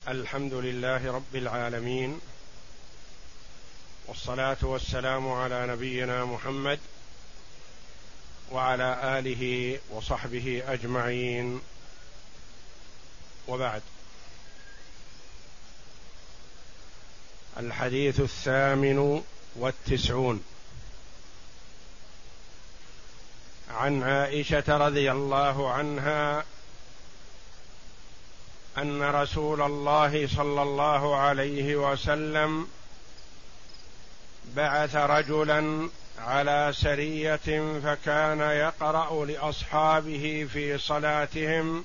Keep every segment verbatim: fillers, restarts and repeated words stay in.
الحمد لله رب العالمين، والصلاة والسلام على نبينا محمد وعلى آله وصحبه أجمعين، وبعد. الحديث الثامن والتسعون عن عائشة رضي الله عنها أن رسول الله صلى الله عليه وسلم بعث رجلا على سرية فكان يقرأ لأصحابه في صلاتهم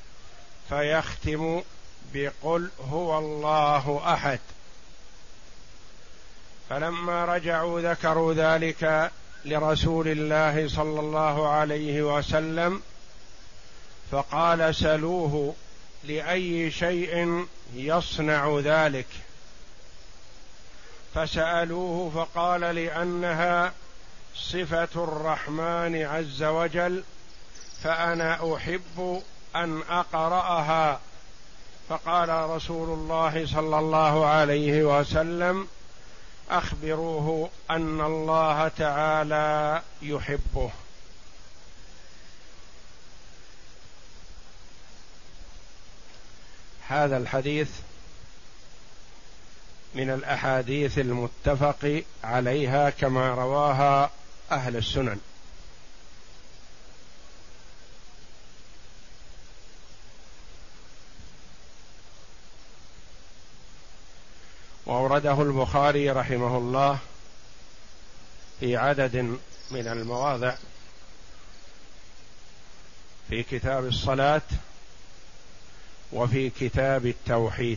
فيختم بقل هو الله أحد، فلما رجعوا ذكروا ذلك لرسول الله صلى الله عليه وسلم فقال سلوه لأي شيء يصنع ذلك، فسألوه فقال لأنها صفة الرحمن عز وجل فأنا أحب أن أقرأها، فقال رسول الله صلى الله عليه وسلم أخبروه أن الله تعالى يحبه. هذا الحديث من الأحاديث المتفق عليها كما رواها أهل السنن، وأورده البخاري رحمه الله في عدد من المواضع في كتاب الصلاة وفي كتاب التوحيد.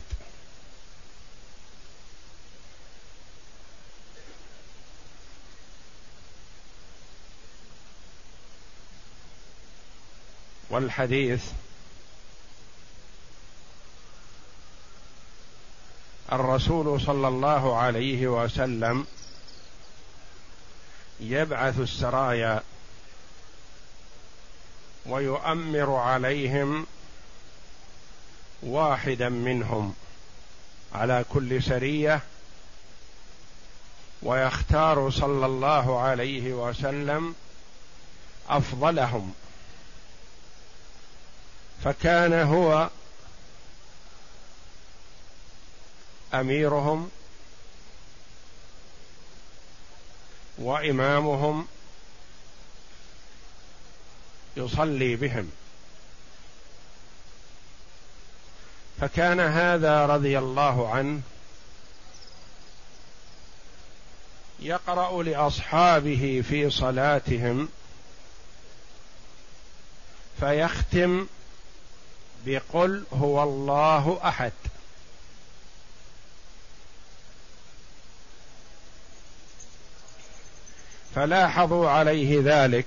والحديث الرسول صلى الله عليه وسلم يبعث السرايا ويؤمر عليهم واحدا منهم على كل سرية، ويختار صلى الله عليه وسلم أفضلهم، فكان هو أميرهم وإمامهم يصلي بهم، فكان هذا رضي الله عنه يقرأ لأصحابه في صلاتهم فيختم بقل هو الله أحد، فلاحظوا عليه ذلك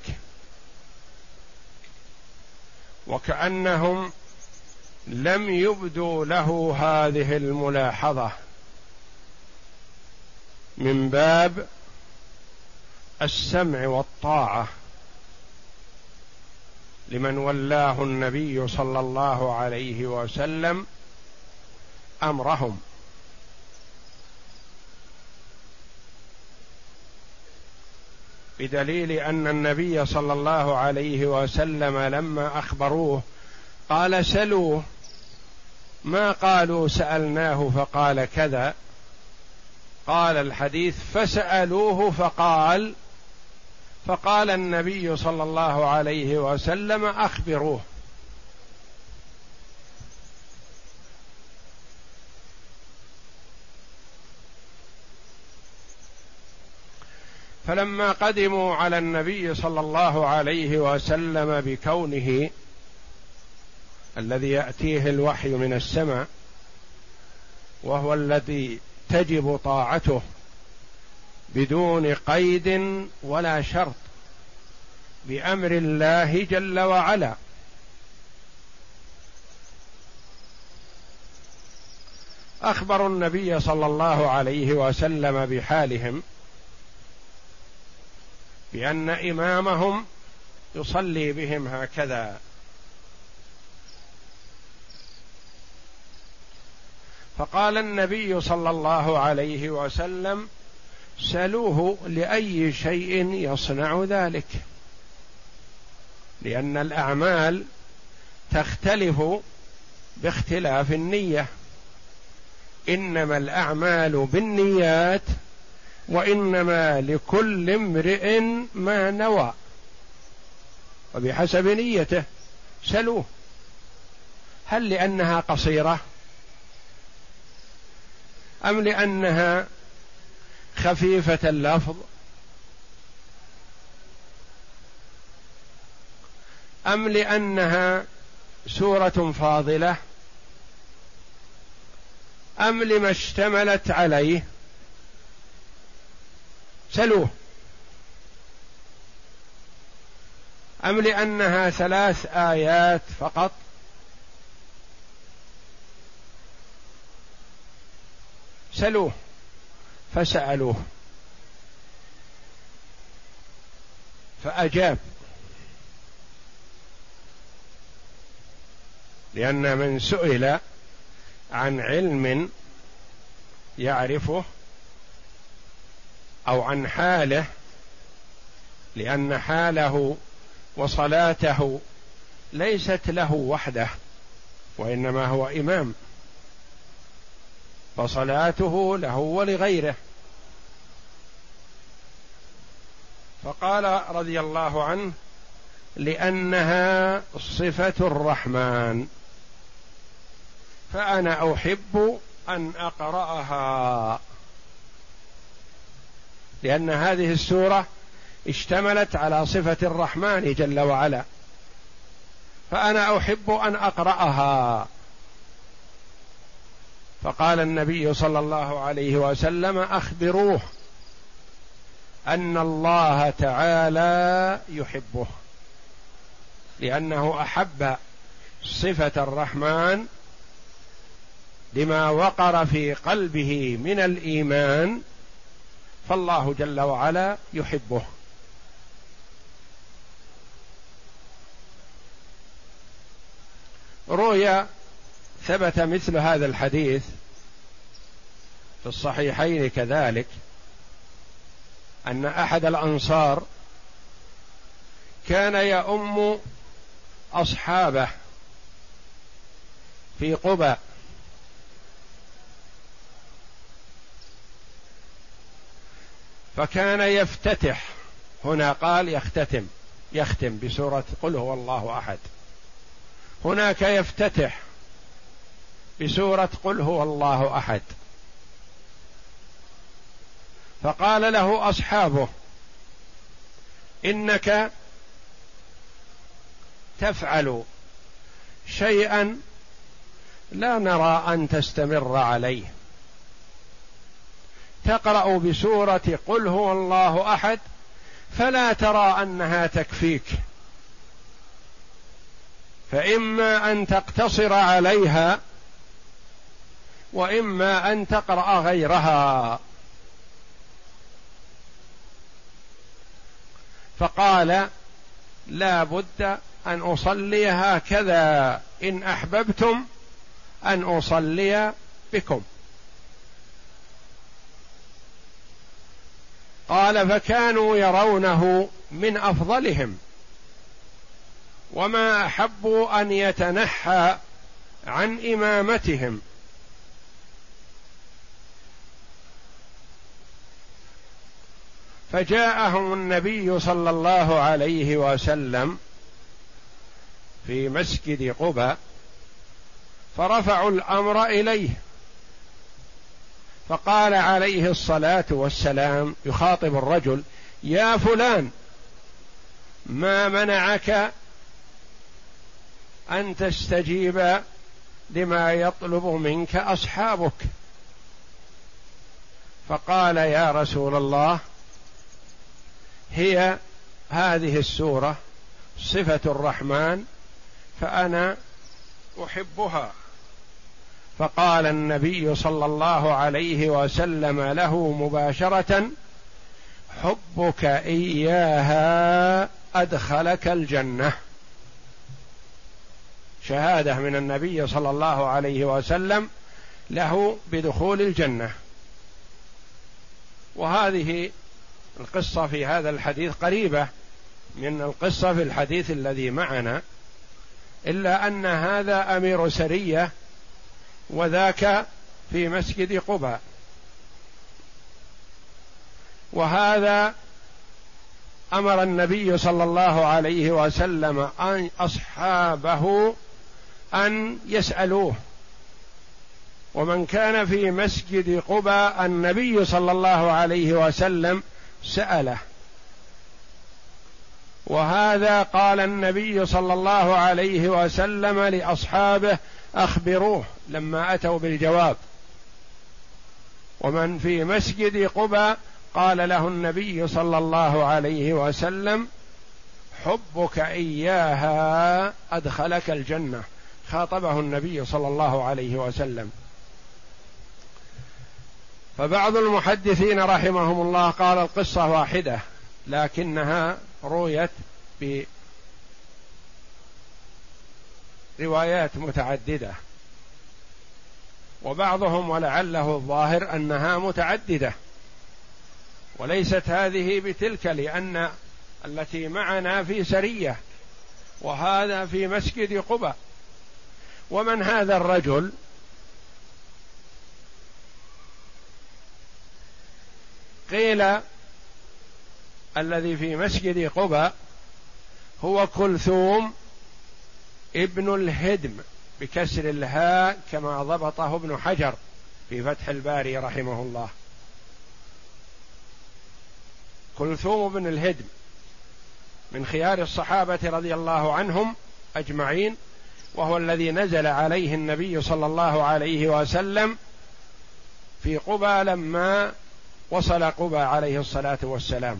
وكأنهم لم يبدوا له هذه الملاحظة من باب السمع والطاعة لمن ولاه النبي صلى الله عليه وسلم أمرهم، بدليل أن النبي صلى الله عليه وسلم لما أخبروه قال سلوه، ما قالوا سألناه فقال كذا، قال الحديث فسألوه فقال فقال النبي صلى الله عليه وسلم أخبروه. فلما قدموا على النبي صلى الله عليه وسلم بكونه الذي يأتيه الوحي من السماء وهو الذي تجب طاعته بدون قيد ولا شرط بأمر الله جل وعلا، أخبروا النبي صلى الله عليه وسلم بحالهم بأن إمامهم يصلي بهم هكذا، فقال النبي صلى الله عليه وسلم: سلوه لأي شيء يصنع ذلك، لأن الأعمال تختلف باختلاف النية، إنما الأعمال بالنيات وإنما لكل امرئ ما نوى، وبحسب نيته. سلوه، هل لأنها قصيرة أم لأنها خفيفة اللفظ أم لأنها سورة فاضلة أم لما اشتملت عليه؟ سلوه. أم لأنها ثلاث آيات فقط؟ سلوه. فسألوه فأجاب، لأن من سئل عن علم يعرفه أو عن حاله، لأن حاله وصلاته ليست له وحده وإنما هو إمام، فصلاته له ولغيره. فقال رضي الله عنه: لأنها صفة الرحمن، فأنا أحب أن أقرأها، لأن هذه السورة اشتملت على صفة الرحمن جل وعلا، فأنا أحب أن أقرأها. فقال النبي صلى الله عليه وسلم: أخبروه أن الله تعالى يحبه، لأنه أحب صفة الرحمن لما وقر في قلبه من الإيمان، فالله جل وعلا يحبه. روي ثبت مثل هذا الحديث في الصحيحين كذلك، أن أحد الأنصار كان يؤم أصحابه في قباء، فكان يفتتح، هنا قال يختتم يختم بسورة قل هو الله أحد، هناك يفتتح بسورة قل هو الله أحد. فقال له أصحابه: إنك تفعل شيئا لا نرى أن تستمر عليه، تقرأ بسورة قل هو الله أحد فلا ترى أنها تكفيك، فإما أن تقتصر عليها وإما أن تقرأ غيرها. فقال: لا بد أن أصلي هكذا إن أحببتم أن أصلي بكم. قال: فكانوا يرونه من أفضلهم، وما أحبوا أن يتنحى عن إمامتهم. فجاءهم النبي صلى الله عليه وسلم في مسجد قباء، فرفعوا الأمر إليه، فقال عليه الصلاة والسلام يخاطب الرجل: يا فلان، ما منعك أن تستجيب لما يطلب منك أصحابك؟ فقال: يا رسول الله، هي هذه السورة صفة الرحمن فأنا أحبها. فقال النبي صلى الله عليه وسلم له مباشرة: حبك إياها أدخلك الجنة. شهادة من النبي صلى الله عليه وسلم له بدخول الجنة. وهذه القصة في هذا الحديث قريبة من القصة في الحديث الذي معنا، إلا أن هذا أمير سرية وذاك في مسجد قباء، وهذا أمر النبي صلى الله عليه وسلم أن أصحابه أن يسألوه، ومن كان في مسجد قباء النبي صلى الله عليه وسلم سأله. وهذا قال النبي صلى الله عليه وسلم لأصحابه أخبروه لما أتوا بالجواب. ومن في مسجد قباء قال له النبي صلى الله عليه وسلم حبك إياها أدخلك الجنة، خاطبه النبي صلى الله عليه وسلم. فبعض المحدثين رحمهم الله قال القصة واحدة لكنها رويت بروايات متعددة، وبعضهم ولعله الظاهر أنها متعددة وليست هذه بتلك، لأن التي معنا في سرية وهذا في مسجد قباء. ومن هذا الرجل؟ قيل الذي في مسجد قباء هو كلثوم ابن الهدم بكسر الهاء كما ضبطه ابن حجر في فتح الباري رحمه الله. كلثوم بن الهدم من خيار الصحابة رضي الله عنهم أجمعين، وهو الذي نزل عليه النبي صلى الله عليه وسلم في قباء لما وصل قباء عليه الصلاة والسلام.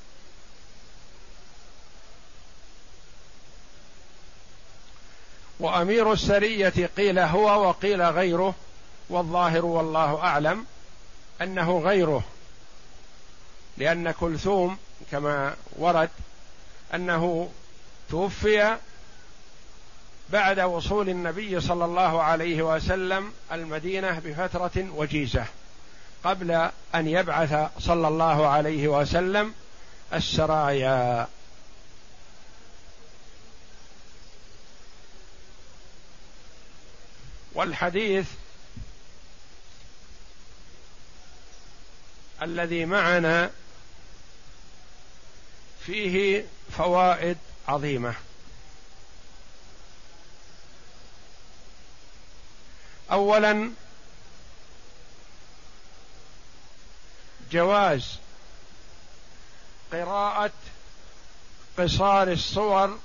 وأمير السرية قيل هو وقيل غيره، والظاهر والله أعلم أنه غيره، لأن كلثوم كما ورد أنه توفي بعد وصول النبي صلى الله عليه وسلم المدينة بفترة وجيزة قبل أن يبعث صلى الله عليه وسلم السرايا. والحديث الذي معنا فيه فوائد عظيمة. أولا جواز قراءة قصار الصور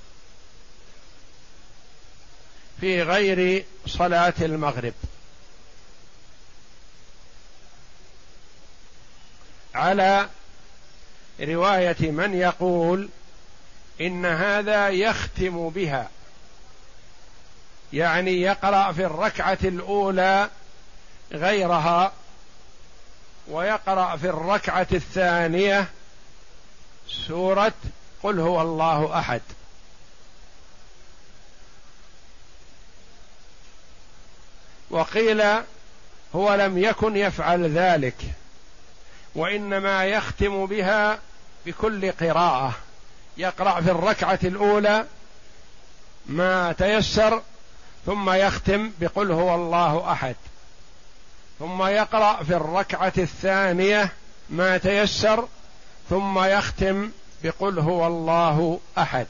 في غير صلاة المغرب، على رواية من يقول إن هذا يختم بها، يعني يقرأ في الركعة الأولى غيرها ويقرأ في الركعة الثانية سورة قل هو الله أحد. وقيل هو لم يكن يفعل ذلك، وإنما يختم بها بكل قراءة، يقرأ في الركعة الأولى ما تيسر ثم يختم بقل هو الله أحد، ثم يقرأ في الركعة الثانية ما تيسر ثم يختم بقل هو الله أحد.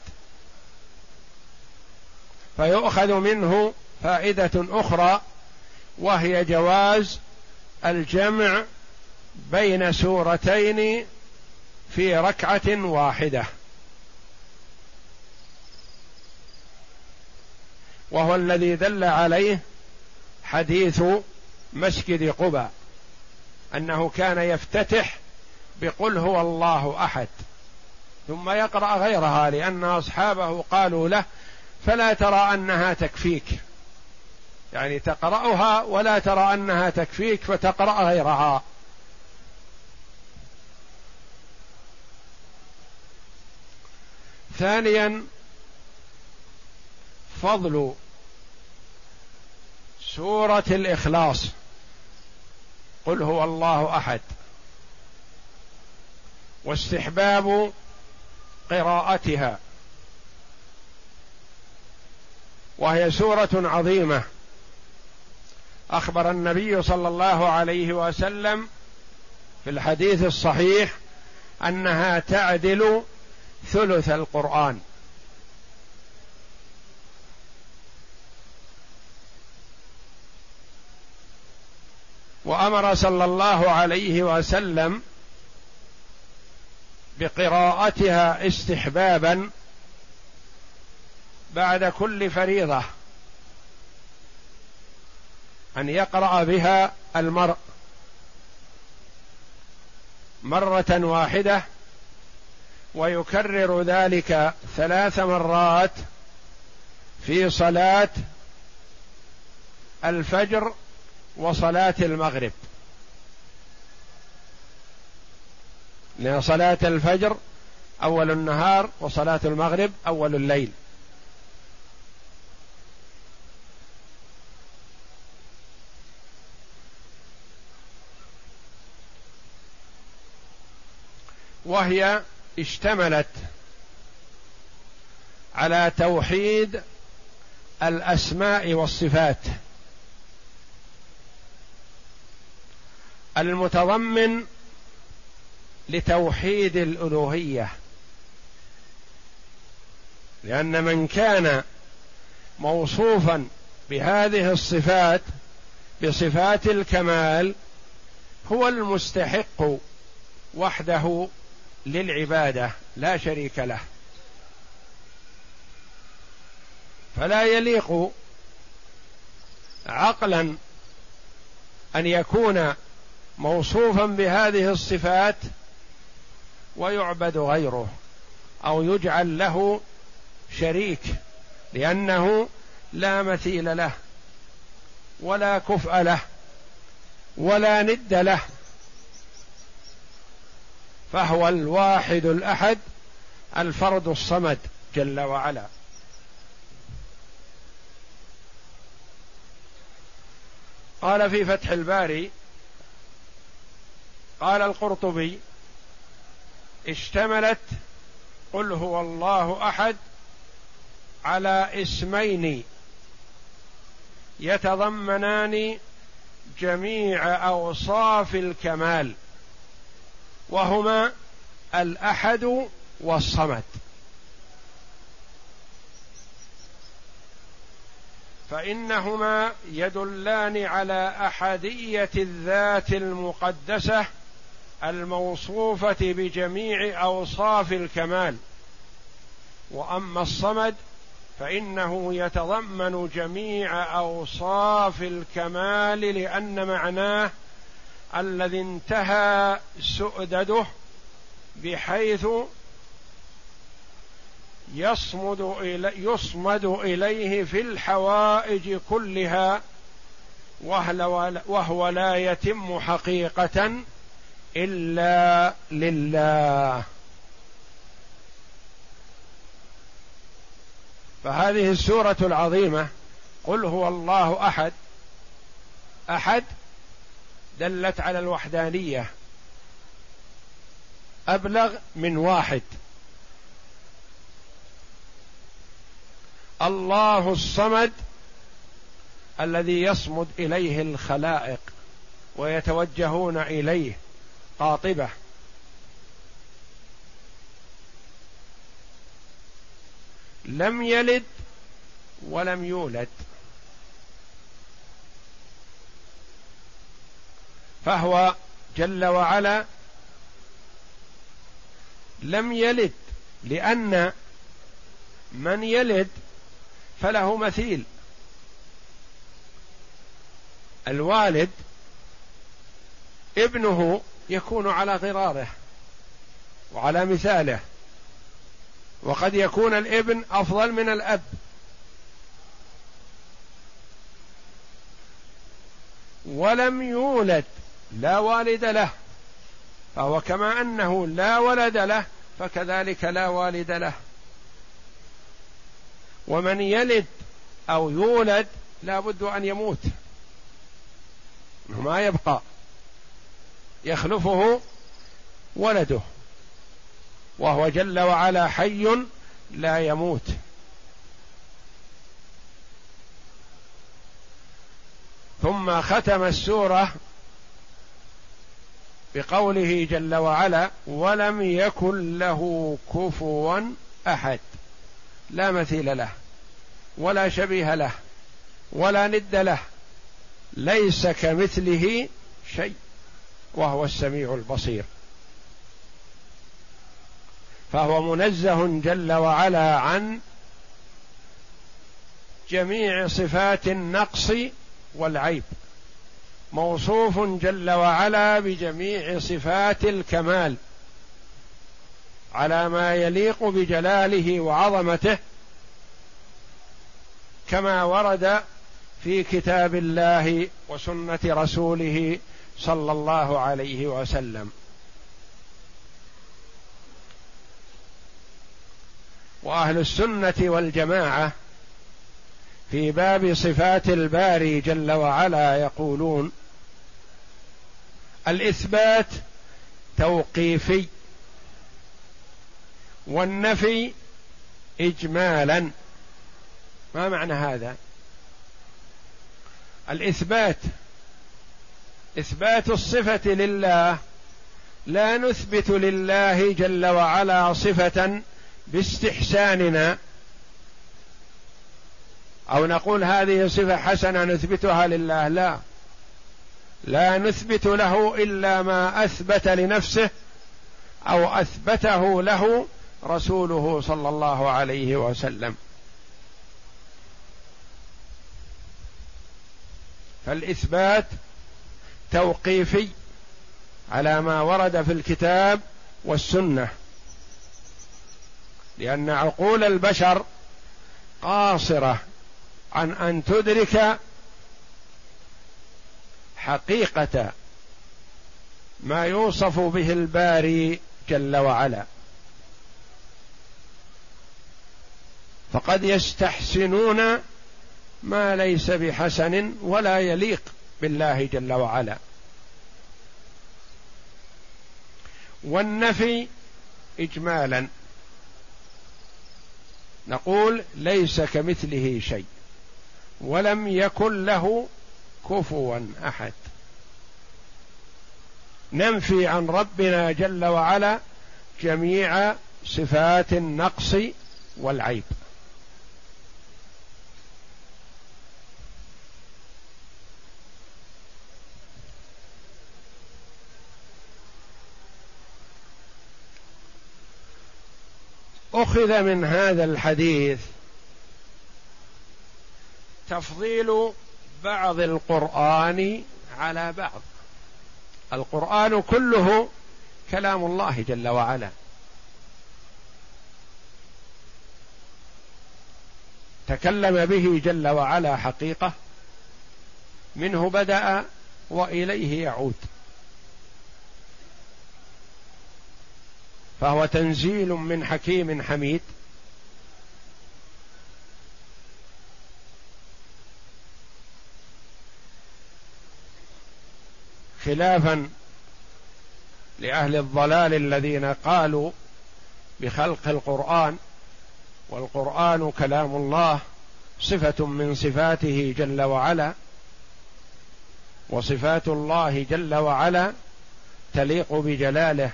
فيؤخذ منه فائدة أخرى، وهي جواز الجمع بين سورتين في ركعة واحدة، وهو الذي دل عليه حديث مسجد قباء أنه كان يفتتح بقل هو الله أحد ثم يقرأ غيرها، لأن أصحابه قالوا له فلا ترى أنها تكفيك، يعني تقرأها ولا ترى أنها تكفيك فتقرأ غيرها. ثانيا فضل سورة الإخلاص قل هو الله أحد، واستحباب قراءتها، وهي سورة عظيمة. أخبر النبي صلى الله عليه وسلم في الحديث الصحيح أنها تعدل ثلث القرآن. وأمر صلى الله عليه وسلم بقراءتها استحبابا بعد كل فريضة، أن يقرأ بها المرء مرة واحدة، ويكرر ذلك ثلاث مرات في صلاة الفجر وصلاة المغرب، لأن صلاة الفجر أول النهار وصلاة المغرب أول الليل. وهي اشتملت على توحيد الأسماء والصفات المتضمن لتوحيد الألوهية، لأن من كان موصوفا بهذه الصفات بصفات الكمال هو المستحق وحده للعبادة لا شريك له، فلا يليق عقلا أن يكون موصوفا بهذه الصفات ويعبد غيره أو يجعل له شريك، لأنه لا مثيل له ولا كفء له ولا ند له، فهو الواحد الأحد الفرد الصمد جل وعلا. قال في فتح الباري، قال القرطبي: اشتملت قل هو الله أحد على اسمين يتضمنان جميع أوصاف الكمال، وهما الأحد والصمد، فإنهما يدلان على أحدية الذات المقدسة الموصوفة بجميع أوصاف الكمال. وأما الصمد فإنه يتضمن جميع أوصاف الكمال، لأن معناه الذي انتهى سؤدده بحيث يصمد إلي يصمد إليه في الحوائج كلها، وهو لا يتم حقيقة إلا لله. فهذه السورة العظيمة قل هو الله أحد، أحد دلت على الوحدانية، أبلغ من واحد. الله الصمد الذي يصمد إليه الخلائق ويتوجهون إليه قاطبة. لم يلد ولم يولد، فهو جل وعلا لم يلد، لأن من يلد فله مثيل. الوالد ابنه يكون على غراره وعلى مثاله، وقد يكون الابن أفضل من الأب. ولم يولد، لا والد له، فهو كما أنه لا ولد له فكذلك لا والد له. ومن يلد أو يولد لا بد أن يموت، ما يبقى، يخلفه ولده، وهو جل وعلا حي لا يموت. ثم ختم السورة بقوله جل وعلا: ولم يكن له كفوا أحد، لا مثيل له ولا شبيه له ولا ند له، ليس كمثله شيء وهو السميع البصير. فهو منزه جل وعلا عن جميع صفات النقص والعيب، موصوف جل وعلا بجميع صفات الكمال على ما يليق بجلاله وعظمته، كما ورد في كتاب الله وسنة رسوله صلى الله عليه وسلم. وأهل السنة والجماعة في باب صفات الباري جل وعلا يقولون: الإثبات توقيفي، والنفي إجمالا. ما معنى هذا؟ الإثبات إثبات الصفة لله، لا نثبت لله جل وعلا صفة باستحساننا أو نقول هذه صفة حسنة نثبتها لله، لا لا نثبت له إلا ما أثبت لنفسه أو أثبته له رسوله صلى الله عليه وسلم. فالإثبات توقيفي على ما ورد في الكتاب والسنة، لأن عقول البشر قاصرة عن أن تدرك حقيقة ما يوصف به الباري جل وعلا، فقد يستحسنون ما ليس بحسن ولا يليق بالله جل وعلا. والنفي إجمالا، نقول ليس كمثله شيء ولم يكن له كفوا أحد، ننفي عن ربنا جل وعلا جميع صفات النقص والعيب. أخذ من هذا الحديث تفضيل بعض القرآن على بعض. القرآن كله كلام الله جل وعلا، تكلم به جل وعلا حقيقة، منه بدأ وإليه يعود، فهو تنزيل من حكيم حميد، خلافا لأهل الضلال الذين قالوا بخلق القرآن، والقرآن كلام الله صفة من صفاته جل وعلا، وصفات الله جل وعلا تليق بجلاله،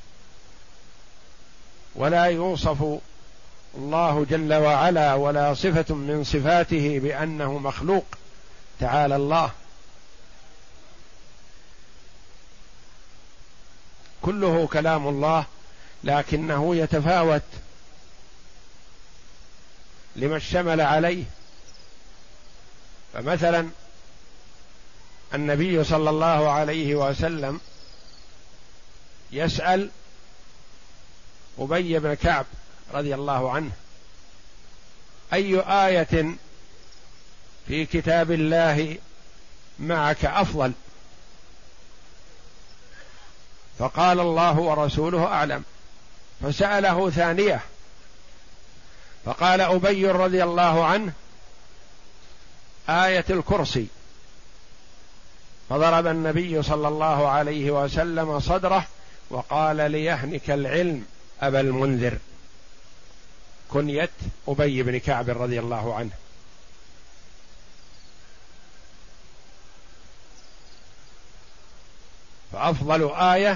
ولا يوصف الله جل وعلا ولا صفة من صفاته بأنه مخلوق، تعالى الله. كله كلام الله، لكنه يتفاوت لما اشتمل عليه. فمثلا النبي صلى الله عليه وسلم يسأل أبي بن كعب رضي الله عنه: أي آية في كتاب الله معك أفضل؟ فقال: الله ورسوله أعلم. فسأله ثانية، فقال أبي رضي الله عنه: آية الكرسي، فضرب النبي صلى الله عليه وسلم صدره وقال: ليهنك العلم أبا المنذر، كنية أبي بن كعب رضي الله عنه. فأفضل آية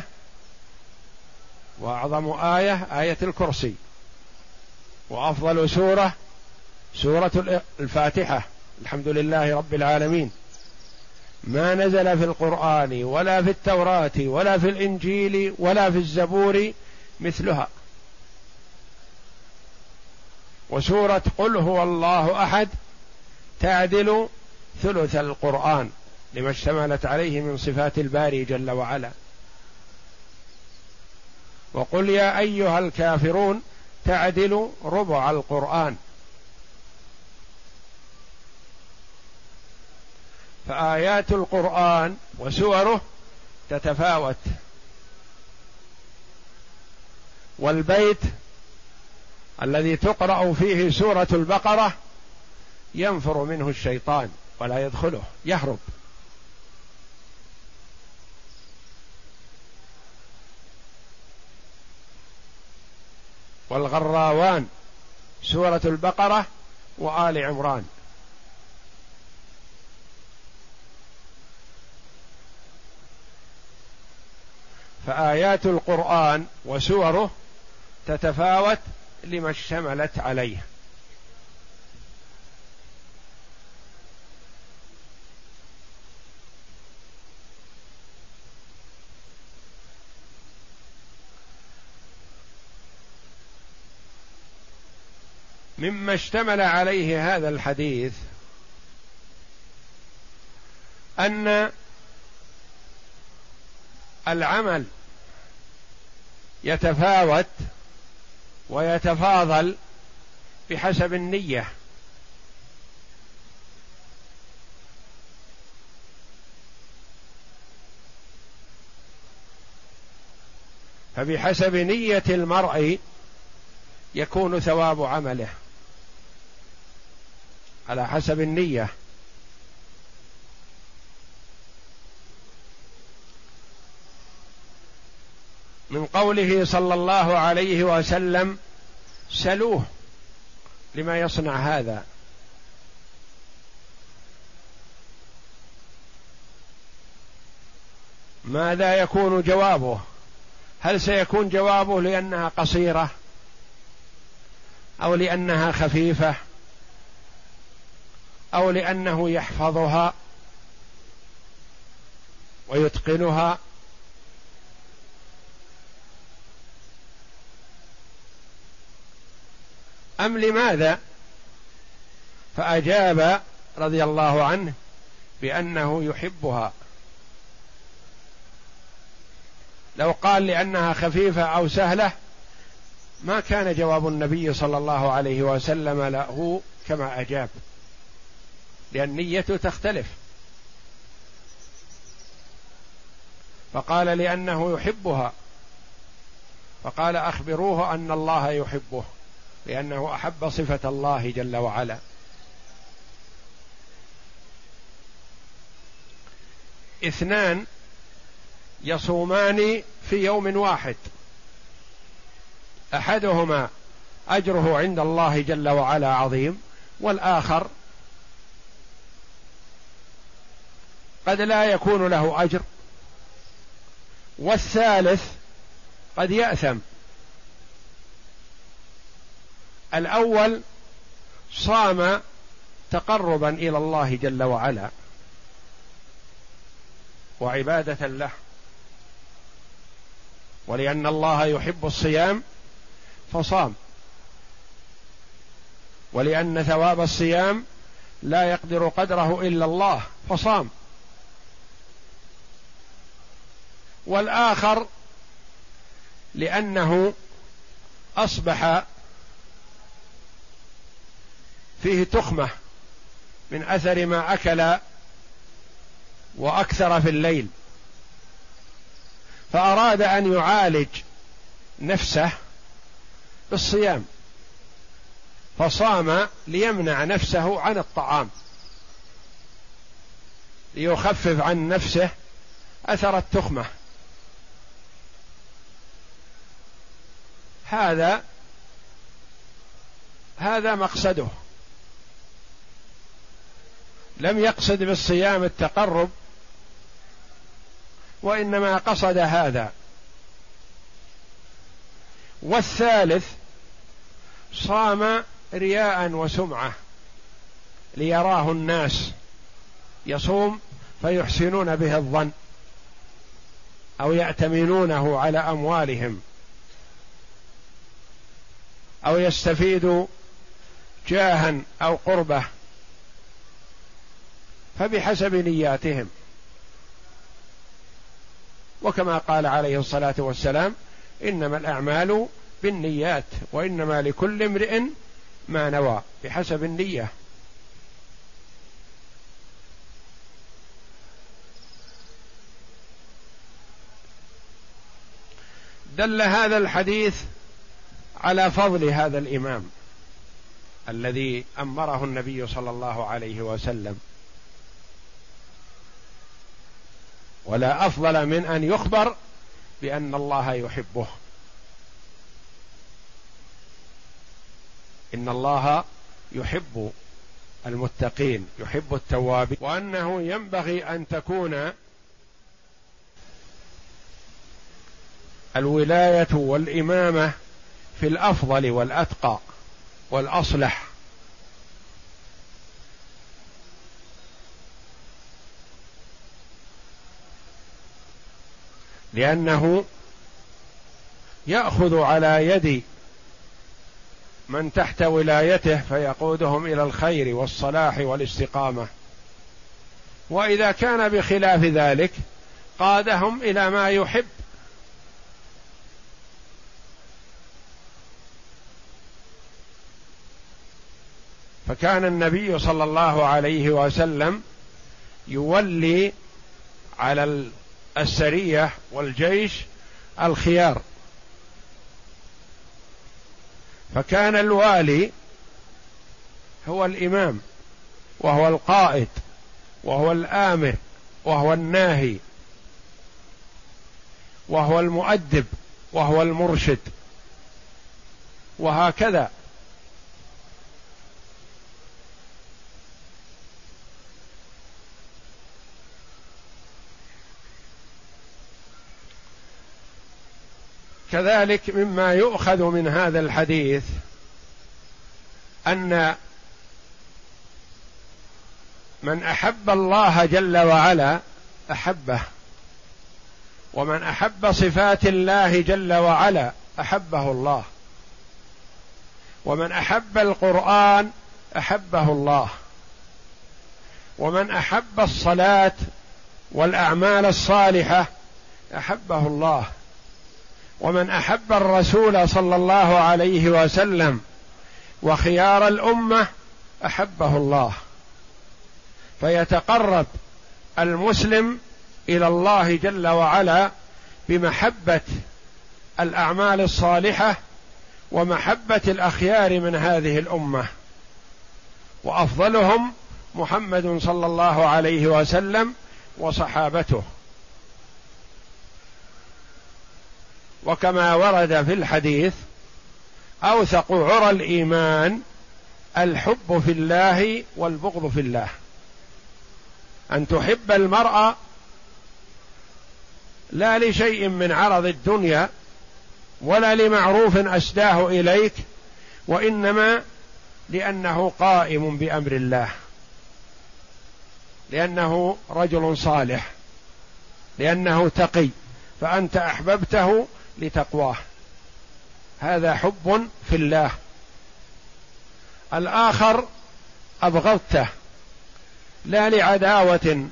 وأعظم آية آية الكرسي، وأفضل سورة سورة الفاتحة، الحمد لله رب العالمين. ما نزل في القرآن ولا في التوراة ولا في الإنجيل ولا في الزبور مثلها. وسورة قل هو الله أحد تعدل ثلث القرآن لما اشتملت عليه من صفات الباري جل وعلا. وقل يا أيها الكافرون تعدل ربع القرآن. فآيات القرآن وسوره تتفاوت. والبيت الذي تقرأ فيه سورة البقرة ينفر منه الشيطان ولا يدخله، يهرب. والغراوان سورة البقرة وآل عمران. فآيات القرآن وسوره تتفاوت لما اشتملت عليه. مما اشتمل عليه هذا الحديث أن العمل يتفاوت ويتفاضل بحسب النية. فبحسب نية المرء يكون ثواب عمله، على حسب النية. من قوله صلى الله عليه وسلم: سلوه لما يصنع هذا. ماذا يكون جوابه؟ هل سيكون جوابه لأنها قصيرة أو لأنها خفيفة أو لأنه يحفظها ويتقنها؟ أم لماذا؟ فأجاب رضي الله عنه بأنه يحبها. لو قال لأنها خفيفة أو سهلة ما كان جواب النبي صلى الله عليه وسلم له كما أجاب، لأن نيته تختلف. فقال لأنه يحبها، فقال أخبروه أن الله يحبه، لأنه أحب صفة الله جل وعلا. اثنان يصومان في يوم واحد، أحدهما أجره عند الله جل وعلا عظيم، والآخر قد لا يكون له أجر، والثالث قد يأثم. الأول صام تقربا إلى الله جل وعلا وعبادة له، ولأن الله يحب الصيام فصام، ولأن ثواب الصيام لا يقدر قدره إلا الله فصام. والآخر لأنه أصبح فيه تخمة من أثر ما أكل وأكثر في الليل، فأراد أن يعالج نفسه بالصيام، فصام ليمنع نفسه عن الطعام، ليخفف عن نفسه أثر التخمة. هذا هذا مقصده، لم يقصد بالصيام التقرب، وإنما قصد هذا. والثالث صام رياء وسمعة ليراه الناس، يصوم فيحسنون به الظن أو يأتمنونه على أموالهم أو يستفيد جاها أو قربة، فبحسب نياتهم. وكما قال عليه الصلاة والسلام: إنما الأعمال بالنيات وإنما لكل امرئ ما نوى، بحسب النية. دل هذا الحديث على فضل هذا الإمام الذي أمره النبي صلى الله عليه وسلم، ولا أفضل من أن يخبر بأن الله يحبه. إن الله يحب المتقين، يحب التوابين، وأنه ينبغي أن تكون الولاية والإمامة في الأفضل والأتقى والأصلح، لأنه يأخذ على يد من تحت ولايته فيقودهم إلى الخير والصلاح والاستقامة، وإذا كان بخلاف ذلك قادهم إلى ما يحب. فكان النبي صلى الله عليه وسلم يولي على السرية والجيش الخيار، فكان الوالي هو الإمام وهو القائد وهو الآمر وهو الناهي وهو المؤدب وهو المرشد، وهكذا. كذلك مما يؤخذ من هذا الحديث أن من أحب الله جل وعلا أحبه، ومن أحب صفات الله جل وعلا أحبه الله، ومن أحب القرآن أحبه الله، ومن أحب الصلاة والأعمال الصالحة أحبه الله، ومن أحب الرسول صلى الله عليه وسلم وخيار الأمة أحبه الله. فيتقرب المسلم إلى الله جل وعلا بمحبة الأعمال الصالحة ومحبة الأخيار من هذه الأمة، وأفضلهم محمد صلى الله عليه وسلم وصحابته. وكما ورد في الحديث: أوثق عرى الإيمان الحب في الله والبغض في الله. أن تحب المرء لا لشيء من عرض الدنيا ولا لمعروف أسداه إليك، وإنما لأنه قائم بأمر الله، لأنه رجل صالح، لأنه تقي، فأنت أحببته لتقواه، هذا حب في الله. الآخر أبغضته لا لعداوة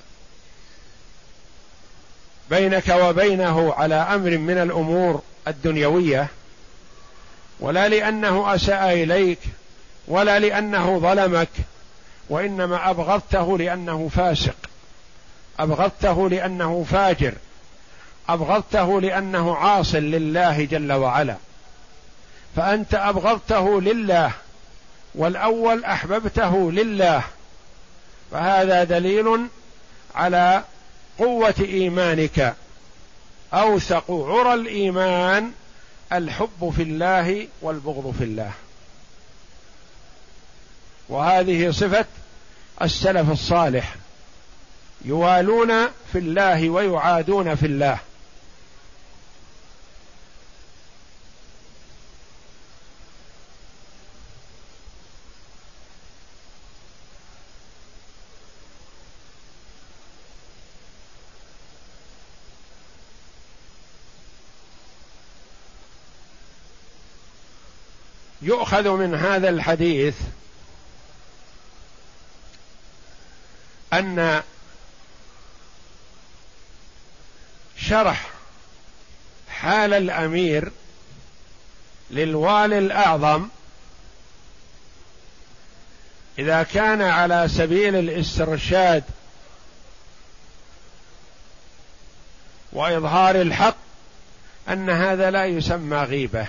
بينك وبينه على أمر من الأمور الدنيوية، ولا لأنه أساء إليك، ولا لأنه ظلمك، وإنما أبغضته لأنه فاسق، أبغضته لأنه فاجر، أبغضته لأنه عاص لله جل وعلا. فأنت أبغضته لله، والأول أحببته لله، فهذا دليل على قوة إيمانك أوثق عرى الإيمان الحب في الله والبغض في الله. وهذه صفة السلف الصالح، يوالون في الله ويعادون في الله. يؤخذ من هذا الحديث أن شرح حال الأمير للوالي الأعظم إذا كان على سبيل الاسترشاد وإظهار الحق أن هذا لا يسمى غيبة،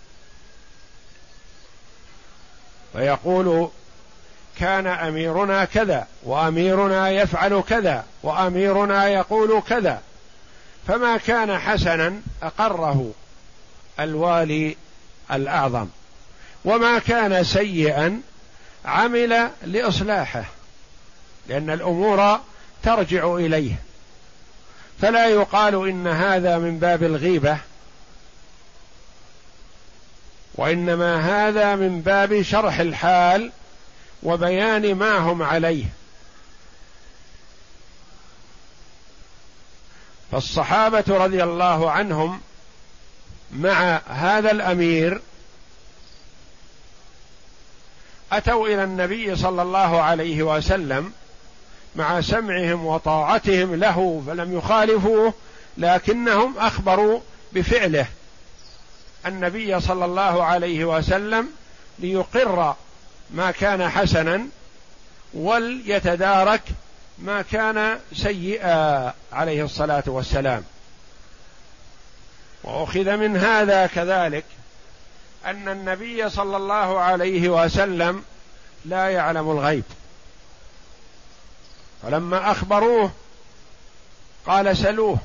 فيقول كان أميرنا كذا وأميرنا يفعل كذا وأميرنا يقول كذا، فما كان حسنا أقره الوالي الأعظم، وما كان سيئا عمل لإصلاحه، لأن الأمور ترجع إليه، فلا يقال إن هذا من باب الغيبة، وإنما هذا من باب شرح الحال وبيان ما هم عليه. فالصحابة رضي الله عنهم مع هذا الأمير أتوا إلى النبي صلى الله عليه وسلم مع سمعهم وطاعتهم له فلم يخالفوه، لكنهم أخبروا بفعله النبي صلى الله عليه وسلم ليقر ما كان حسنا وليتدارك ما كان سيئا عليه الصلاة والسلام. وأخذ من هذا كذلك أن النبي صلى الله عليه وسلم لا يعلم الغيب، فلما أخبروه قال سلوه،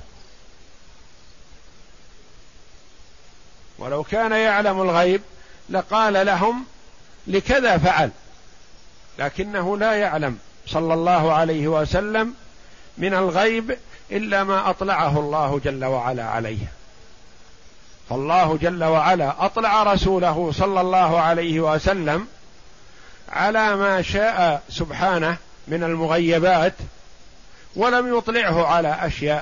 ولو كان يعلم الغيب لقال لهم لكذا فعل، لكنه لا يعلم صلى الله عليه وسلم من الغيب إلا ما أطلعه الله جل وعلا عليه. فالله جل وعلا أطلع رسوله صلى الله عليه وسلم على ما شاء سبحانه من المغيبات، ولم يطلعه على أشياء،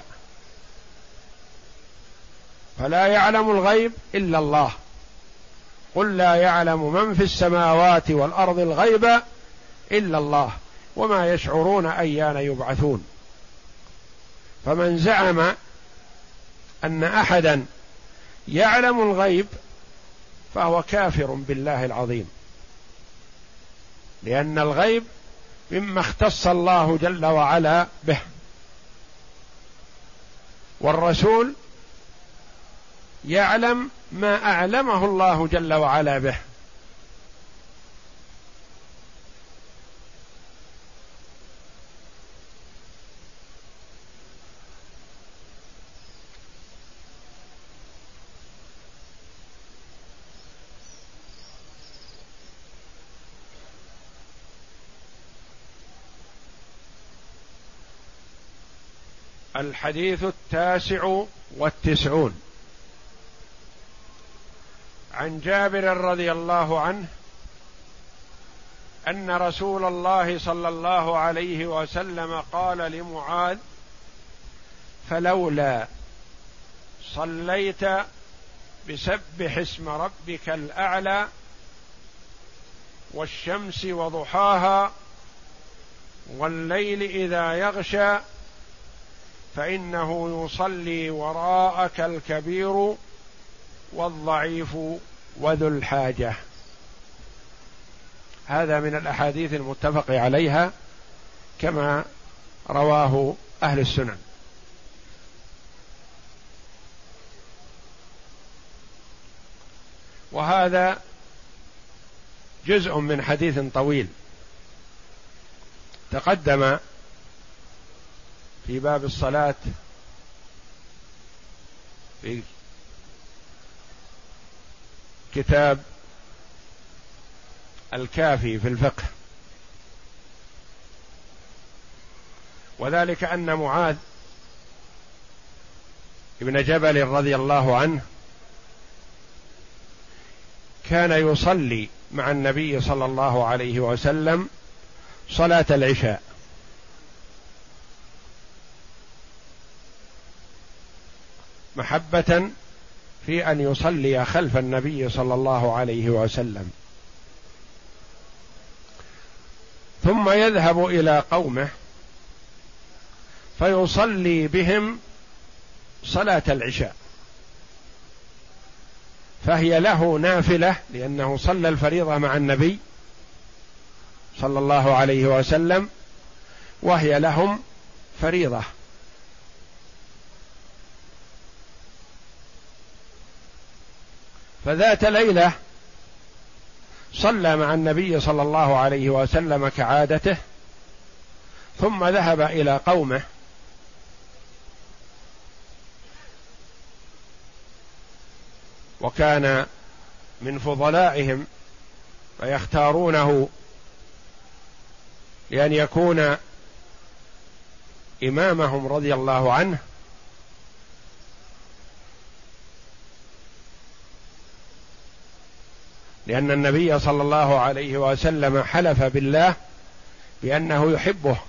فلا يعلم الغيب إلا الله. قل لا يعلم من في السماوات والأرض الغيب إلا الله وما يشعرون أيان يبعثون. فمن زعم أن أحدا يعلم الغيب فهو كافر بالله العظيم، لأن الغيب مما اختص الله جل وعلا به، والرسول يعلم ما أعلمه الله جل وعلا به. الحديث التاسع والتسعون عن جابر رضي الله عنه أن رسول الله صلى الله عليه وسلم قال لمعاذ: فلولا صليت بسبح اسم ربك الأعلى والشمس وضحاها والليل إذا يغشى فإنه يصلي وراءك الكبير والضعيف وذو الحاجة. هذا من الأحاديث المتفق عليها كما رواه أهل السنن. وهذا جزء من حديث طويل تقدم في باب الصلاة في كتاب الكافي في الفقه، وذلك أن معاذ بن جبل رضي الله عنه كان يصلي مع النبي صلى الله عليه وسلم صلاة العشاء، محبة في أن يصلي خلف النبي صلى الله عليه وسلم، ثم يذهب إلى قومه فيصلي بهم صلاة العشاء، فهي له نافلة لأنه صلى الفريضة مع النبي صلى الله عليه وسلم، وهي لهم فريضة. فذات ليلة صلى مع النبي صلى الله عليه وسلم كعادته، ثم ذهب إلى قومه وكان من فضلائهم فيختارونه لأن يكون إمامهم رضي الله عنه، لأن النبي صلى الله عليه وسلم حلف بالله بأنه يحبه،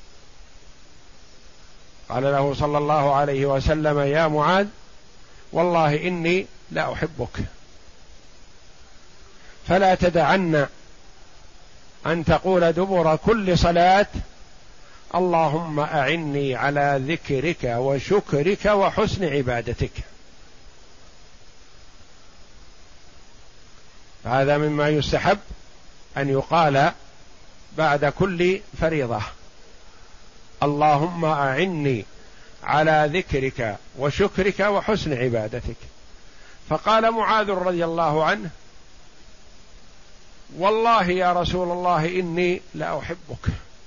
قال له صلى الله عليه وسلم: يا معاذ والله إني لا أحبك، فلا تدعن أن تقول دبر كل صلاة اللهم أعني على ذكرك وشكرك وحسن عبادتك. هذا مما يستحب أن يقال بعد كل فريضة: اللهم أعني على ذكرك وشكرك وحسن عبادتك. فقال معاذ رضي الله عنه: والله يا رسول الله إني لا أحبك.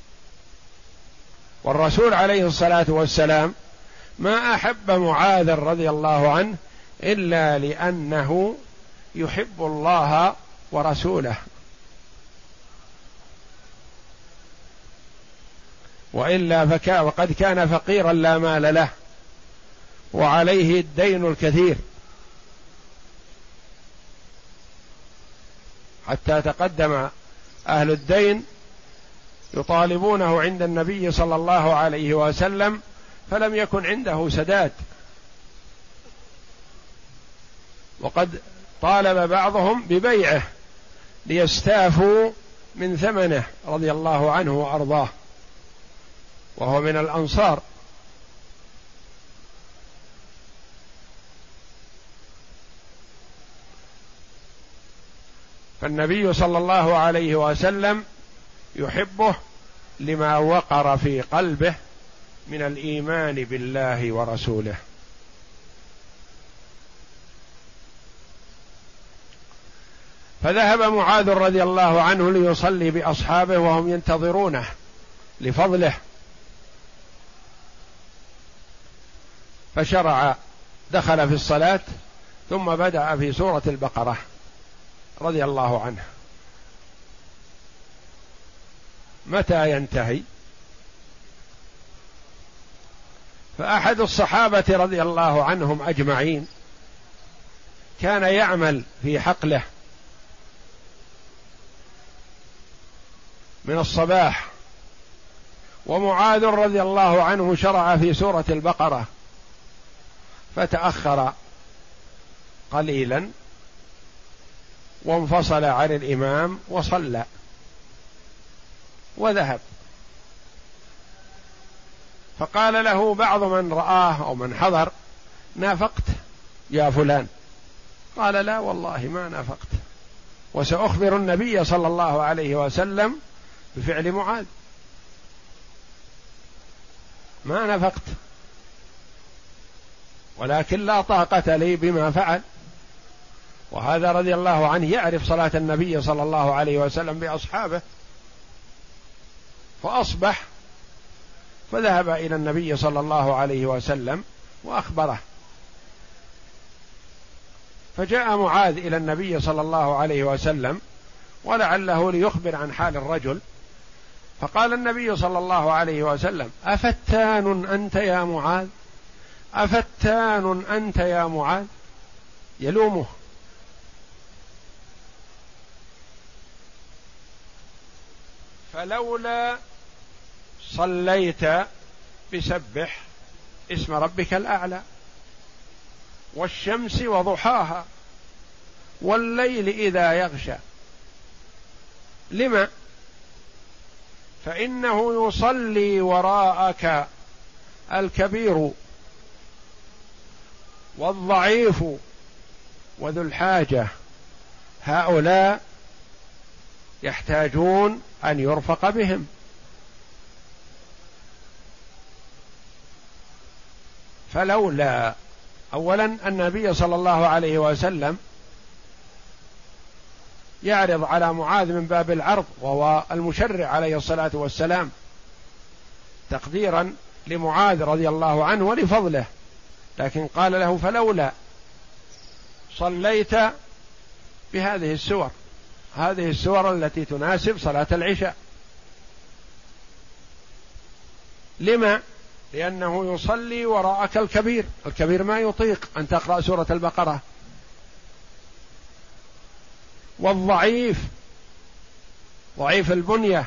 والرسول عليه الصلاة والسلام ما أحب معاذ رضي الله عنه إلا لأنه يحب الله ورسوله، وإلا فكان وقد كان فقيرا لا مال له وعليه الدين الكثير، حتى تقدم أهل الدين يطالبونه عند النبي صلى الله عليه وسلم فلم يكن عنده سداد، وقد طالب بعضهم ببيعه ليستافوا من ثمنه رضي الله عنه وأرضاه، وهو من الأنصار. فالنبي صلى الله عليه وسلم يحبه لما وقر في قلبه من الإيمان بالله ورسوله. فذهب معاذ رضي الله عنه ليصلي بأصحابه وهم ينتظرونه لفضله، فشرع دخل في الصلاة ثم بدأ في سورة البقرة رضي الله عنه. متى ينتهي؟ فأحد الصحابة رضي الله عنهم أجمعين كان يعمل في حقله من الصباح، ومعاذ رضي الله عنه شرع في سورة البقرة، فتأخر قليلا وانفصل عن الإمام وصلى وذهب. فقال له بعض من رآه أو من حضر: نافقت يا فلان؟ قال: لا والله ما نافقت، وسأخبر النبي صلى الله عليه وسلم بفعل معاذ، ما نافقت، ولكن لا طاقة لي بما فعل. وهذا رضي الله عنه يعرف صلاة النبي صلى الله عليه وسلم بأصحابه، فأصبح فذهب إلى النبي صلى الله عليه وسلم وأخبره، فجاء معاذ إلى النبي صلى الله عليه وسلم ولعله ليخبر عن حال الرجل، فقال النبي صلى الله عليه وسلم: أفتان أنت يا معاذ؟ أفتان أنت يا معاذ؟ يلومه. فلولا صليت بسبح اسم ربك الأعلى والشمس وضحاها والليل إذا يغشى. لما؟ فإنه يصلي وراءك الكبير والضعيف وذو الحاجة، هؤلاء يحتاجون أن يرفق بهم. فلولا، أولا النبي صلى الله عليه وسلم يعرض على معاذ من باب العرض، وهو المشرع عليه الصلاة والسلام، تقديرا لمعاذ رضي الله عنه ولفضله، لكن قال له: فلولا صليت بهذه السور، هذه السور التي تناسب صلاة العشاء. لما؟ لأنه يصلي وراءك الكبير، الكبير ما يطيق أن تقرأ سورة البقرة، والضعيف ضعيف البنية،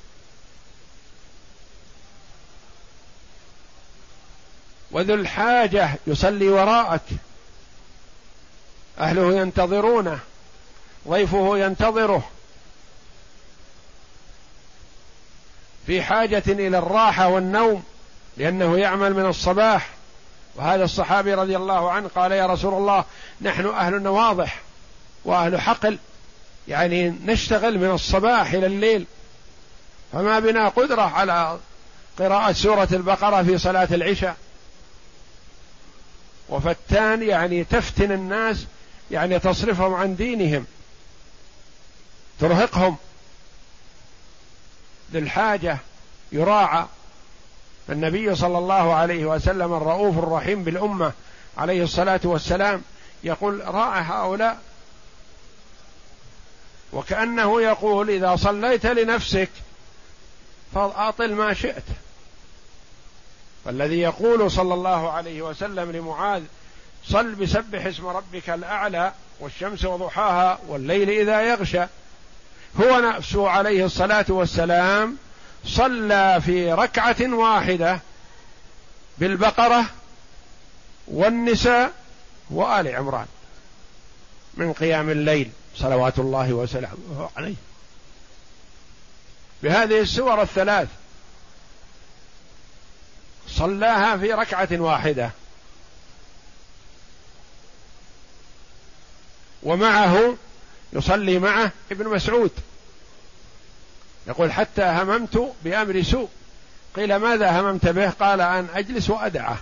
وذو الحاجة يصلي وراءك، أهله ينتظرونه، ضيفه ينتظره، في حاجة إلى الراحة والنوم لأنه يعمل من الصباح. وهذا الصحابي رضي الله عنه قال: يا رسول الله، نحن أهل نواضح وأهل حقل، يعني نشتغل من الصباح إلى الليل، فما بنا قدرة على قراءة سورة البقرة في صلاة العشاء. وفتان يعني تفتن الناس، يعني تصرفهم عن دينهم، ترهقهم. للحاجة يراعى. النبي صلى الله عليه وسلم الرؤوف الرحيم بالأمة عليه الصلاة والسلام يقول: راعى هؤلاء، وكأنه يقول: إذا صليت لنفسك فأطل ما شئت. فالذي يقول صلى الله عليه وسلم لمعاذ: صل بسبح اسم ربك الأعلى والشمس وضحاها والليل إذا يغشى، هو نفسه عليه الصلاة والسلام صلى في ركعة واحدة بالبقرة والنساء وآل عمران من قيام الليل صلوات الله وسلامه عليه، بهذه السور الثلاث صلاها في ركعة واحدة. ومعه يصلي معه ابن مسعود يقول: حتى هممت بأمر سوء. قيل: ماذا هممت به؟ قال: أن أجلس وأدعه.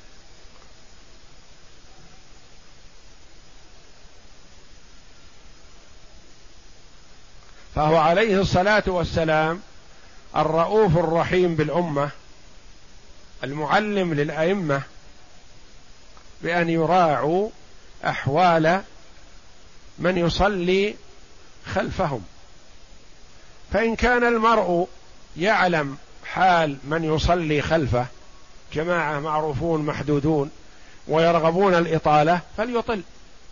فهو عليه الصلاة والسلام الرؤوف الرحيم بالأمة، المعلم للأئمة بأن يراعوا أحوال من يصلي خلفهم. فإن كان المرء يعلم حال من يصلي خلفه، جماعة معروفون محدودون ويرغبون الإطالة، فليطل.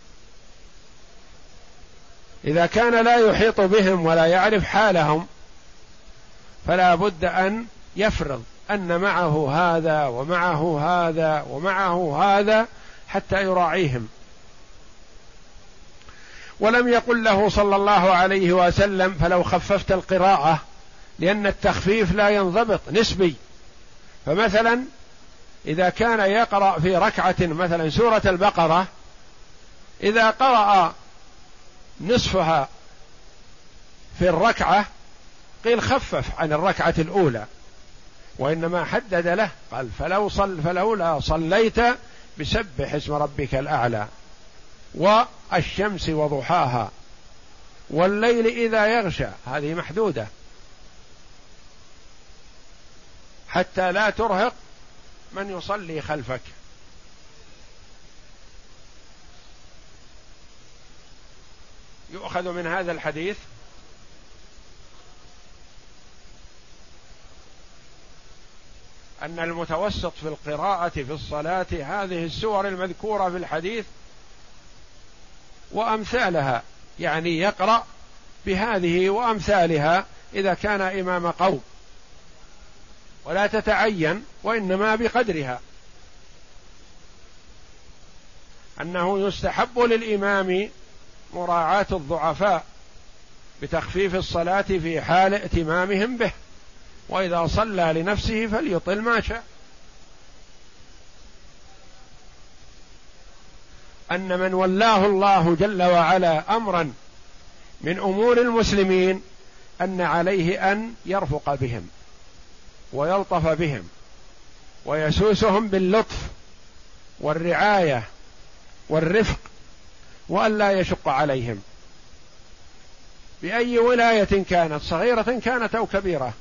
إذا كان لا يحيط بهم ولا يعرف حالهم، فلا بد أن يفرض أن معه هذا ومعه هذا ومعه هذا حتى يراعيهم. ولم يقل له صلى الله عليه وسلم: فلو خففت القراءة، لأن التخفيف لا ينضبط، نسبي. فمثلا إذا كان يقرأ في ركعة مثلا سورة البقرة، إذا قرأ نصفها في الركعة قيل خفف عن الركعة الأولى، وإنما حدد له قال: فلو صل فلولا صليت بسبح اسم ربك الأعلى والشمس وضحاها والليل إذا يغشى، هذه محدودة. حتى لا ترهق من يصلي خلفك. يؤخذ من هذا الحديث أن المتوسط في القراءة في الصلاة هذه السور المذكورة في الحديث وأمثالها، يعني يقرأ بهذه وأمثالها إذا كان إمام قوم، ولا تتعين وإنما بقدرها، أنه يستحب للإمام مراعاة الضعفاء بتخفيف الصلاة في حال ائتمامهم به، وإذا صلى لنفسه فليطل ما شاء. أن من ولاه الله جل وعلا أمرا من أمور المسلمين أن عليه أن يرفق بهم ويلطف بهم ويسوسهم باللطف والرعاية والرفق، وأن لا يشق عليهم بأي ولاية كانت، صغيرة كانت أو كبيرة،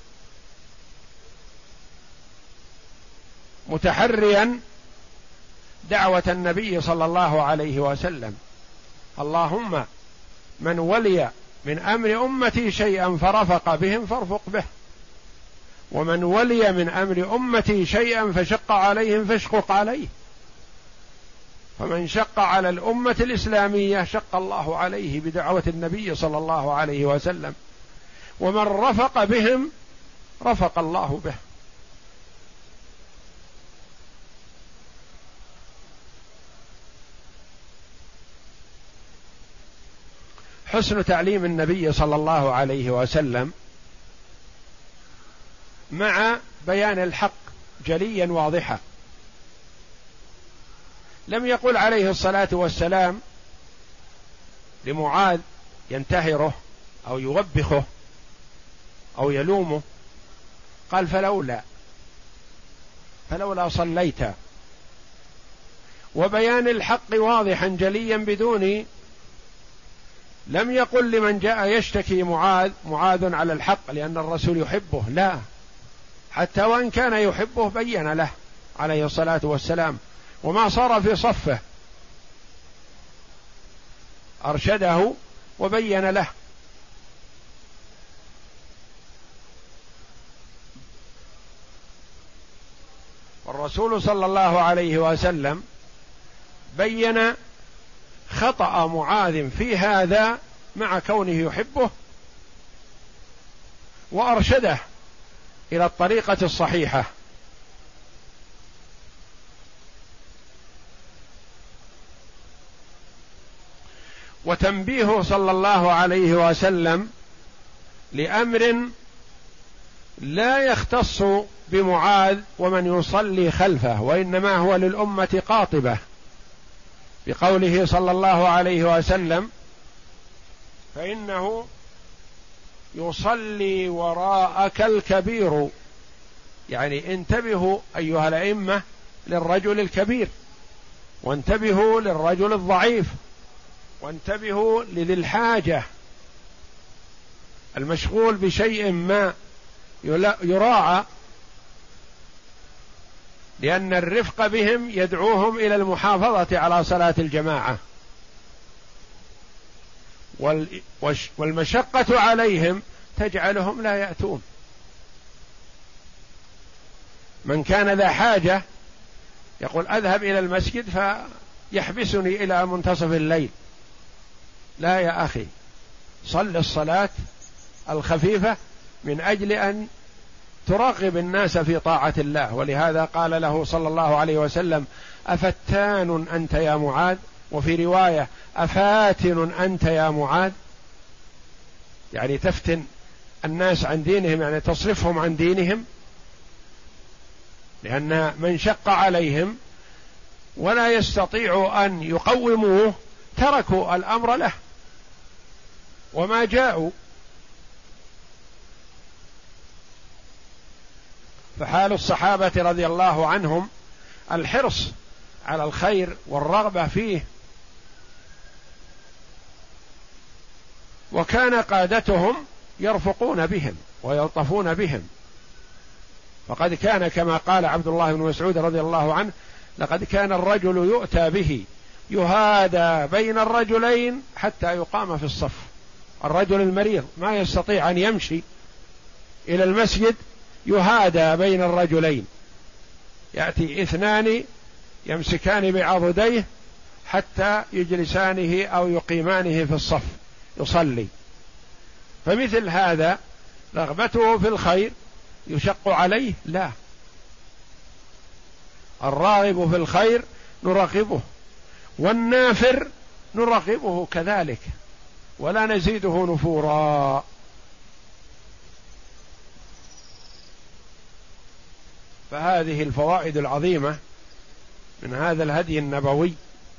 متحريا دعوة النبي صلى الله عليه وسلم: اللهم من ولي من أمر أمتي شيئا فرفق بهم فارفق به، ومن ولي من أمر أمتي شيئا فشق عليهم فاشقق عليه. فمن شق على الأمة الإسلامية شق الله عليه بدعوة النبي صلى الله عليه وسلم، ومن رفق بهم رفق الله به. حسن تعليم النبي صلى الله عليه وسلم مع بيان الحق جليا واضحا. لم يقل عليه الصلاة والسلام لمعاذ ينتهره أو يوبخه أو يلومه، قال فلولا فلولا صليت، وبيان الحق واضحا جليا بدون، لم يقل لمن جاء يشتكي معاذ معاذ على الحق لأن الرسول يحبه، لا، حتى وإن كان يحبه بين له عليه الصلاة والسلام، وما صار في صفه، أرشده وبين له. والرسول صلى الله عليه وسلم بين خطأ معاذ في هذا مع كونه يحبه، وأرشده إلى الطريقة الصحيحة. وتنبيه صلى الله عليه وسلم لأمر لا يختص بمعاذ ومن يصلي خلفه، وإنما هو للأمة قاطبة، بقوله صلى الله عليه وسلم: فإنه يصلي وراءك الكبير، يعني انتبهوا أيها الأئمة للرجل الكبير، وانتبهوا للرجل الضعيف، وانتبهوا لذي الحاجة المشغول بشيء ما يراعى، لأن الرفق بهم يدعوهم إلى المحافظة على صلاة الجماعة، والمشقة عليهم تجعلهم لا يأتون. من كان ذا حاجة يقول أذهب إلى المسجد فيحبسني إلى منتصف الليل، لا يا أخي، صل الصلاة الخفيفة من أجل أن ترغب الناس في طاعة الله. ولهذا قال له صلى الله عليه وسلم: أفتان أنت يا معاذ، وفي رواية: أفاتن أنت يا معاذ، يعني تفتن الناس عن دينهم، يعني تصرفهم عن دينهم، لأن من شق عليهم ولا يستطيع أن يقوموه تركوا الأمر له وما جاءوا. فحال الصحابة رضي الله عنهم الحرص على الخير والرغبة فيه، وكان قادتهم يرفقون بهم ويلطفون بهم، وقد كان كما قال عبد الله بن مسعود رضي الله عنه: لقد كان الرجل يؤتى به يهادى بين الرجلين حتى يقام في الصف. الرجل المريض ما يستطيع أن يمشي إلى المسجد، يهادى بين الرجلين، يأتي اثنان يمسكان بعضديه حتى يجلسانه أو يقيمانه في الصف يصلي. فمثل هذا رغبته في الخير يشق عليه؟ لا، الراغب في الخير نرغبه، والنافر نرغبه كذلك ولا نزيده نفورا. فهذه الفوائد العظيمة من هذا الهدي النبوي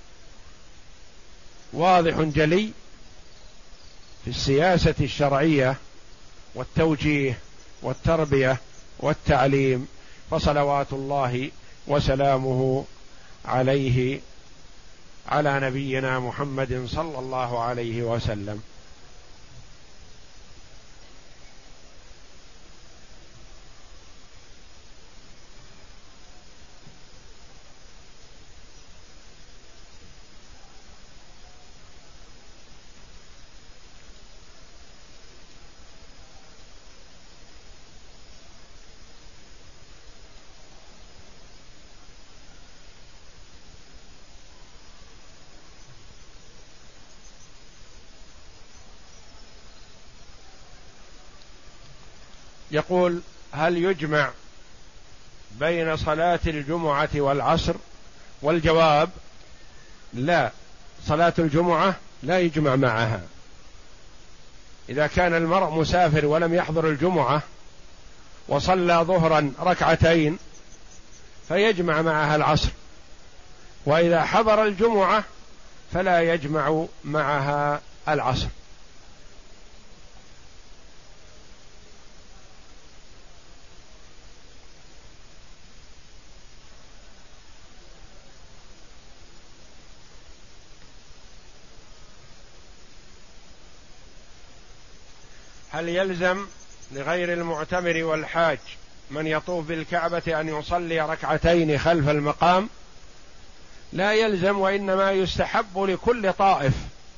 واضح جلي في السياسة الشرعية والتوجيه والتربية والتعليم، فصلوات الله وسلامه عليه على نبينا محمد صلى الله عليه وسلم. يقول: هل يجمع بين صلاة الجمعة والعصر؟ والجواب: لا، صلاة الجمعة لا يجمع معها. إذا كان المرء مسافر ولم يحضر الجمعة وصلى ظهرا ركعتين فيجمع معها العصر، وإذا حضر الجمعة فلا يجمع معها العصر. هل يلزم لغير المعتمر والحاج من يطوف بالكعبة أن يصلي ركعتين خلف المقام؟ لا يلزم، وإنما يستحب لكل طائف،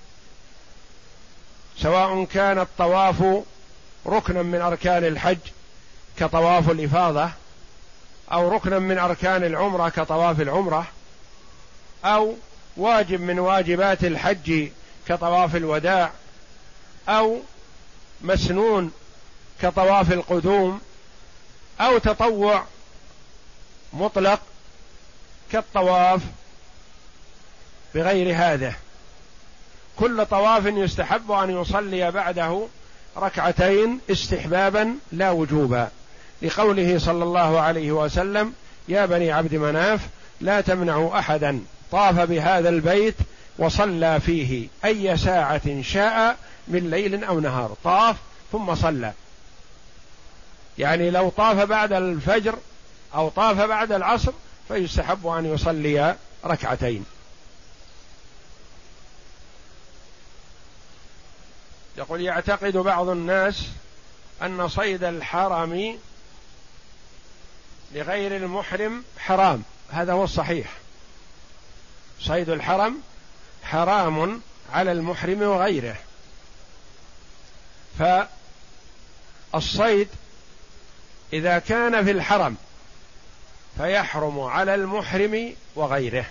سواء كان الطواف ركنا من أركان الحج كطواف الإفاضة، أو ركنا من أركان العمرة كطواف العمرة، أو واجب من واجبات الحج كطواف الوداع، أو مسنون كطواف القدوم، أو تطوع مطلق كالطواف بغير هذا. كل طواف يستحب أن يصلي بعده ركعتين استحبابا لا وجوبا، لقوله صلى الله عليه وسلم: يا بني عبد مناف لا تمنعوا أحدا طاف بهذا البيت وصلى فيه أي ساعة شاء من ليل أو نهار. طاف ثم صلى، يعني لو طاف بعد الفجر أو طاف بعد العصر فيستحب أن يصلي ركعتين. يقول: يعتقد بعض الناس أن صيد الحرم لغير المحرم حرام. هذا هو الصحيح، صيد الحرم حرام على المحرم وغيره. فالصيد إذا كان في الحرم فيحرم على المحرم وغيره،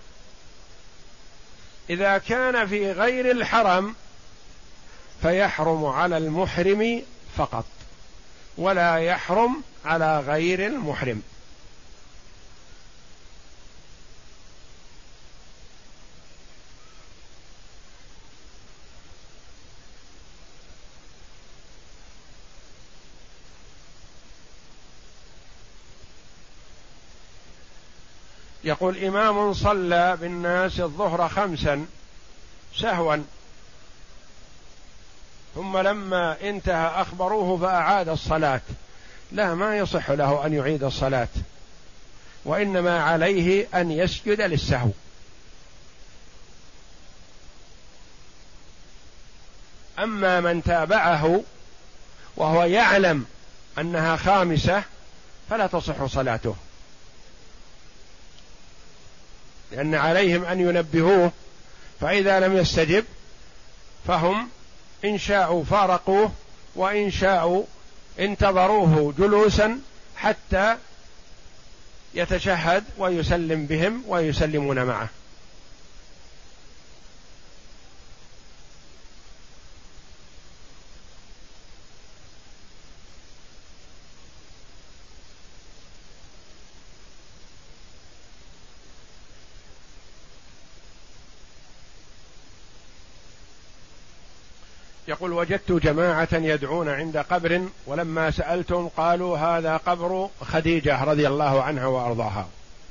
إذا كان في غير الحرم فيحرم على المحرم فقط ولا يحرم على غير المحرم. يقول: إمام صلى بالناس الظهر خمسا سهوا، ثم لما انتهى أخبروه فأعاد الصلاة. لا، ما يصح له أن يعيد الصلاة، وإنما عليه أن يسجد للسهو. أما من تابعه وهو يعلم أنها خامسة فلا تصح صلاته، لأن عليهم أن ينبهوه، فإذا لم يستجب فهم إن شاءوا فارقوه وإن شاءوا انتظروه جلوسا حتى يتشهد ويسلم بهم ويسلمون معه. يقول: وجدت جماعة يدعون عند قبر، ولما سألتم قالوا هذا قبر خديجة رضي الله عنها وأرضاها.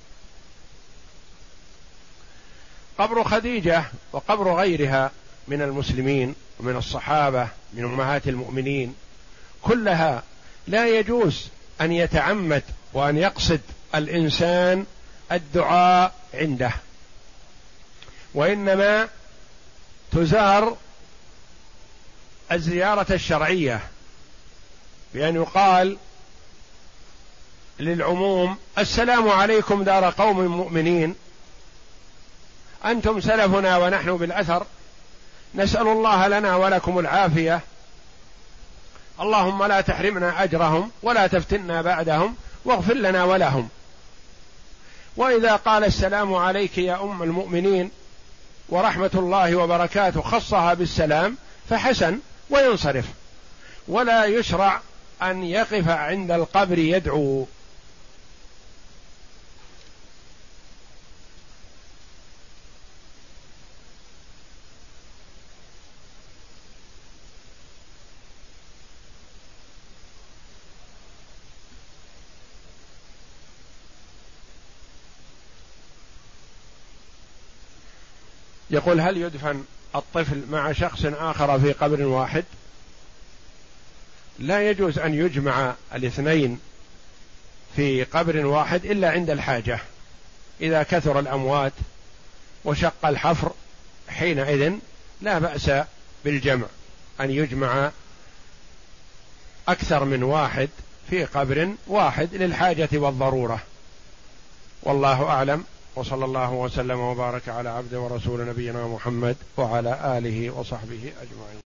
قبر خديجة وقبر غيرها من المسلمين ومن الصحابة من أمهات المؤمنين كلها لا يجوز أن يتعمد وأن يقصد الإنسان الدعاء عنده، وإنما تزار الزيارة الشرعية بأن يقال للعموم: السلام عليكم دار قوم مؤمنين، أنتم سلفنا ونحن بالأثر، نسأل الله لنا ولكم العافية، اللهم لا تحرمنا أجرهم ولا تفتنا بعدهم واغفر لنا ولهم. وإذا قال السلام عليك يا أم المؤمنين ورحمة الله وبركاته خصها بالسلام فحسن وينصرف، ولا يشرع أن يقف عند القبر يدعو. يقول: هل يدفن الطفل مع شخص آخر في قبر واحد؟ لا يجوز أن يجمع الاثنين في قبر واحد إلا عند الحاجة، إذا كثر الأموات وشق الحفر حينئذ لا بأس بالجمع، أن يجمع أكثر من واحد في قبر واحد للحاجة والضرورة. والله أعلم، وصلى الله وسلم وبارك على عبده ورسول نبينا محمد وعلى آله وصحبه أجمعين.